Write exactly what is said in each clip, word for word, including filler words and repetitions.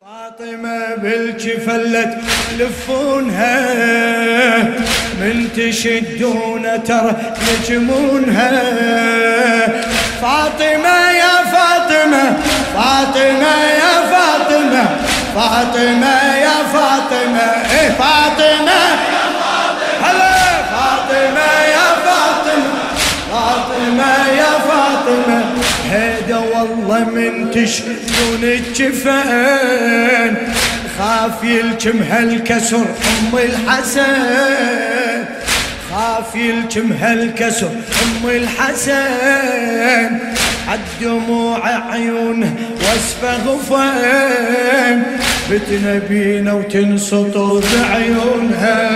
فاطمة بالجفلة تلفونها من تشدون ترى يجمونها. فاطمة يا فاطمة فاطمة يا فاطمة فاطمة يا فاطمة إيه فاطمة يا فاطمة هلا فاطمة يا فاطمة فاطمة يا فاطمة هيدا والله من تشدون الجفن خاف يلجم هالكسر أم الحسن خاف يلجم هالكسر أم الحسن عالدموع عيونه واسفة غفن بتنبينا وتنسطر بعيونها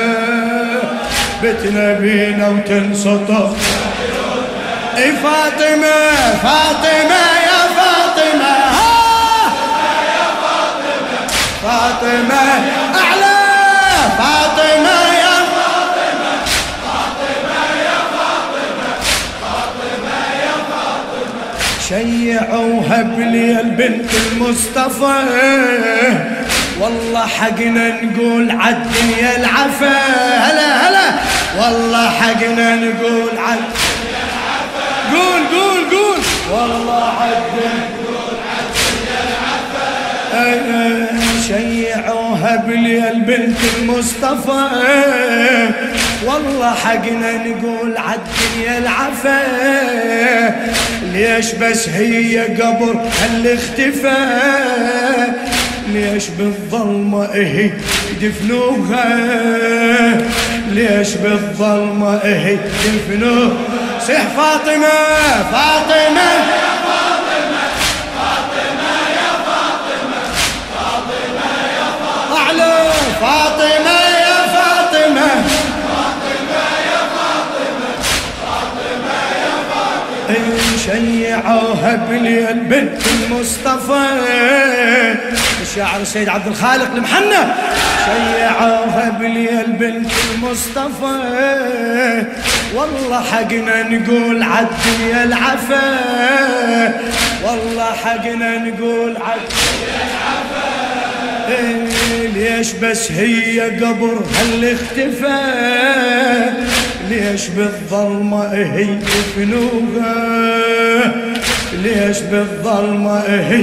بتنبينا وتنسطر اي فاطمة فاطمة يا فاطمة ها يا فاطمة فاطمة أعلى فاطمة يا فاطمة فاطمة يا فاطمة فاطمة يا فاطمة شيعوها بليل بنت المصطفى والله حقنا نقول عالدنيا العفا هلا هلا والله حقنا نقول عالدنيا قول قول قول والله عدنا قول عدنا العفا شيعوها بليل بنت المصطفى والله حقنا نقول عالدنيا العفا ليش بس هي قبر اللي اختفى ليش بالظلمة اهي دفنوها ليش بالظلمة اهي دفنوها صيح فاطمة فاطمة يا فاطمة فاطمة يا فاطمة فاطمة يا فاطمة أعلى فاطمة يا فاطمة فاطمة يا فاطمة فاطمة يا فاطمة شيعوها بليل بنت المصطفى الشاعر السيد عبد الخالق المحنة شيعوها بليل بنت المصطفى والله حقنا نقول عالدنيا العفا والله حقنا نقول عالدنيا العفا إيه ليش بس هي قبر هل اختفى ليش بالظلمة هي دفنوها ليش بالظلمة هي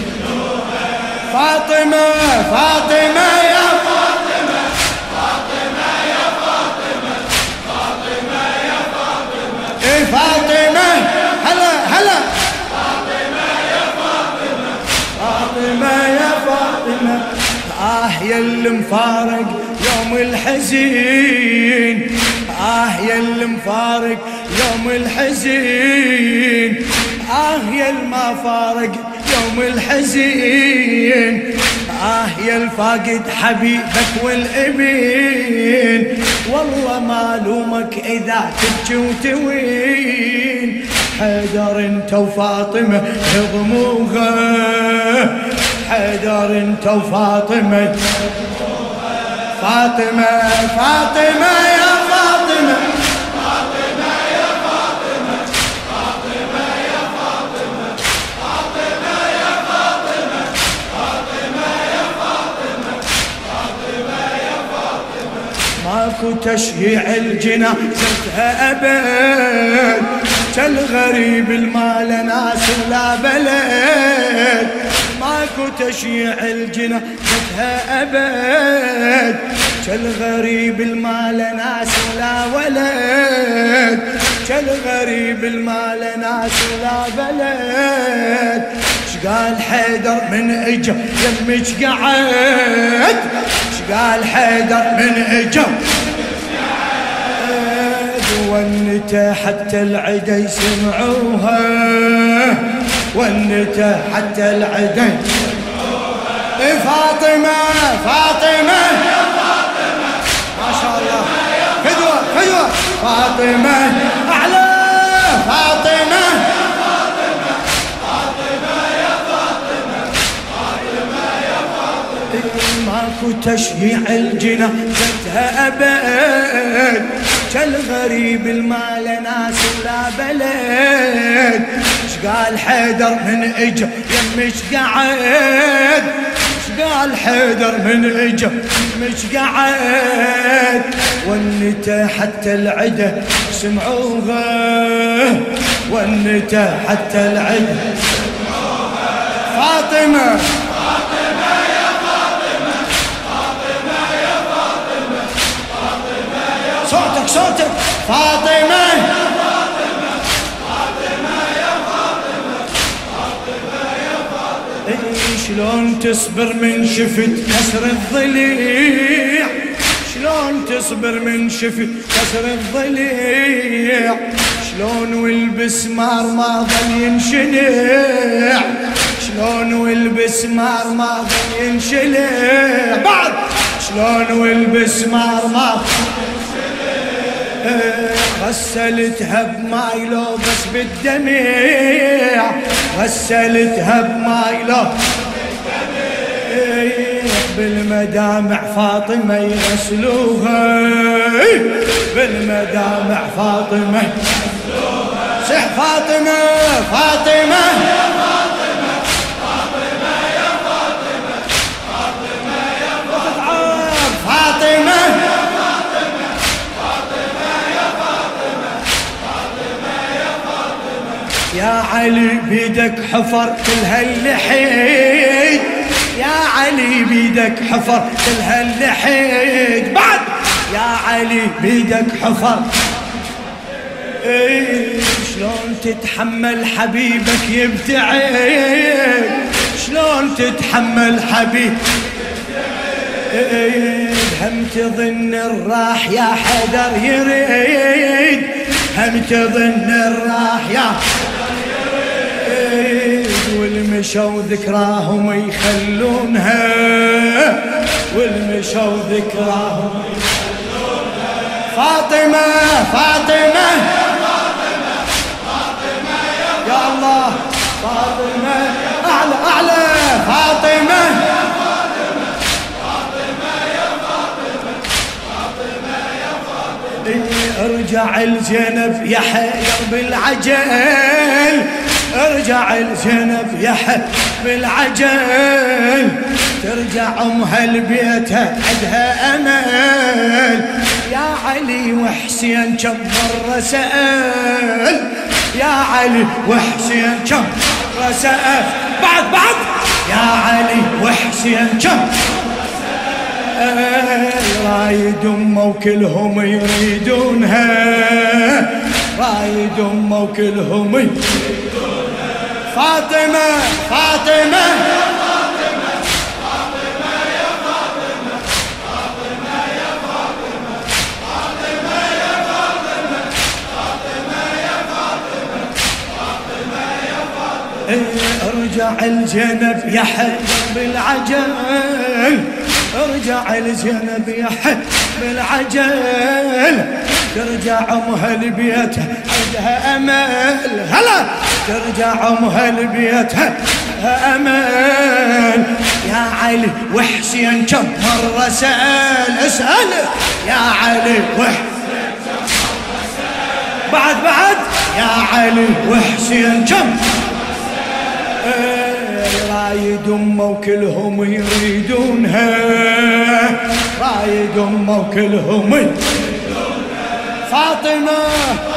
فاطمة فاطمة يا فاطمة فاطمة يا فاطمة فاطمة يا فاطمة إيه فاطمة هلا هلا فاطمة يا فاطمة فاطمة يا فاطمة آه يا اللي مفارق يوم الحزين آه يا اللي مفارق يوم الحزين آه يا اللي ما فارق يوم الحزين آه يا الفاقد حبيبك والابين والله ما لومك إذا تبكي وتوين حيدر انت وفاطمة هضموها حيدر انت وفاطمة فاطمة فاطمة يا فاطمة فاطمة يا فاطمة فاطمة يا فاطمة فاطمة يا فاطمة فاطمة يا فاطمة فاطمة يا فاطمة ماكو تشييع الجنازتها أبد كالغريب المال ناس لا بلد ماكو تشييع الجنازتها أبد كالغريب المال ناس لا ولد كالغريب المال ناس لا بلد شقال حيدر من اجا يمك قعد شقال حيدر من اجا ونته حتى العدا يسمعوها ونته حتى العدا إيه فاطمة فاطمة يا فاطمة ما شاء الله فدوة فدوة فاطمة أعلى فاطمة يا فاطمة فاطمة يا فاطمة فاطمة يا فاطمة ماكو تشييع الجنازتها أبد كالغريب المال ناس لا بلد شقال حيدر من اجا يمش قعد قال حيدر من اجا مش قعد والنتا حتى العدا سمعوها والنتا حتى العدا فاطمة فاطمة يا فاطمة فاطمة يا فاطمة فاطمة يا صوتك صوتك فاطمة يا فاطمة فاطمة يا فاطمة فاطمة يا فاطمة. شلون تصبر من شفت كسر الضليع شلون تصبر من شفت كسر الضليع شلون والبسمار ما ظل ينشلع شلون والبسمار ما ظل ينشلع بعد شلون والبسمار ما غسلتها بماي لو بس بالدميع غسلتها بماي لو بالمدامع فاطمة يغسلوها بالمدامع فاطمة صح فاطمة فاطمة يا فاطمة فاطمة يا فاطمة فاطمة يا فاطمة فاطمة يا فاطمة فاطمة يا فاطمة فاطمة يا فاطمة. يا علي بيدك حفر كل هاللحيد يا علي بيدك حفر كل هاللحيد بعد يا علي بيدك حفر ايه شلون تتحمل حبيبك يبتعد شلون تتحمل حبيب ايه هم تظن الراح يا حدر يريد هم تظن الراح يا ايه والمشوا ذكراهم يخلونها والمشوا ذكراهم يخلونها فاطمة فاطمة يا الله فاطمة أعلى أعلى فاطمة يا فاطمة فاطمة يا فاطمة فاطمة يا فاطمة. ارجع الزينب يا حيدر بالعجل ارجع الزينب يا حيدر بالعجل ترجع امها لبيتها عندها امل يا علي وحسين كم مرة سأل يا علي وحسين كم مرة سأل بعد بعد يا علي وحسين كم رايد امه وكلهم يريدونها رايد امه وكلهم يريدونها فاطمة فاطمة يا فاطمة فاطمة يا فاطمة فاطمة يا فاطمة فاطمة يا فاطمة فاطمة يا فاطمة فاطمة يا فاطمة. ارجع الزينب يا حيدر بالعجل ارجع الزينب يا حيدر بالعجل ترجع امها لبيتها عندها امل هلا ترجع امها لبيتها عندها امل يا علي وحسين كم مرة سأل اسأل يا علي وحسين كم مرة سأل بعد بعد يا علي وحسين كم رايد امه وكلهم يريدونها رايد امه وكلهم يريدونها فاطمة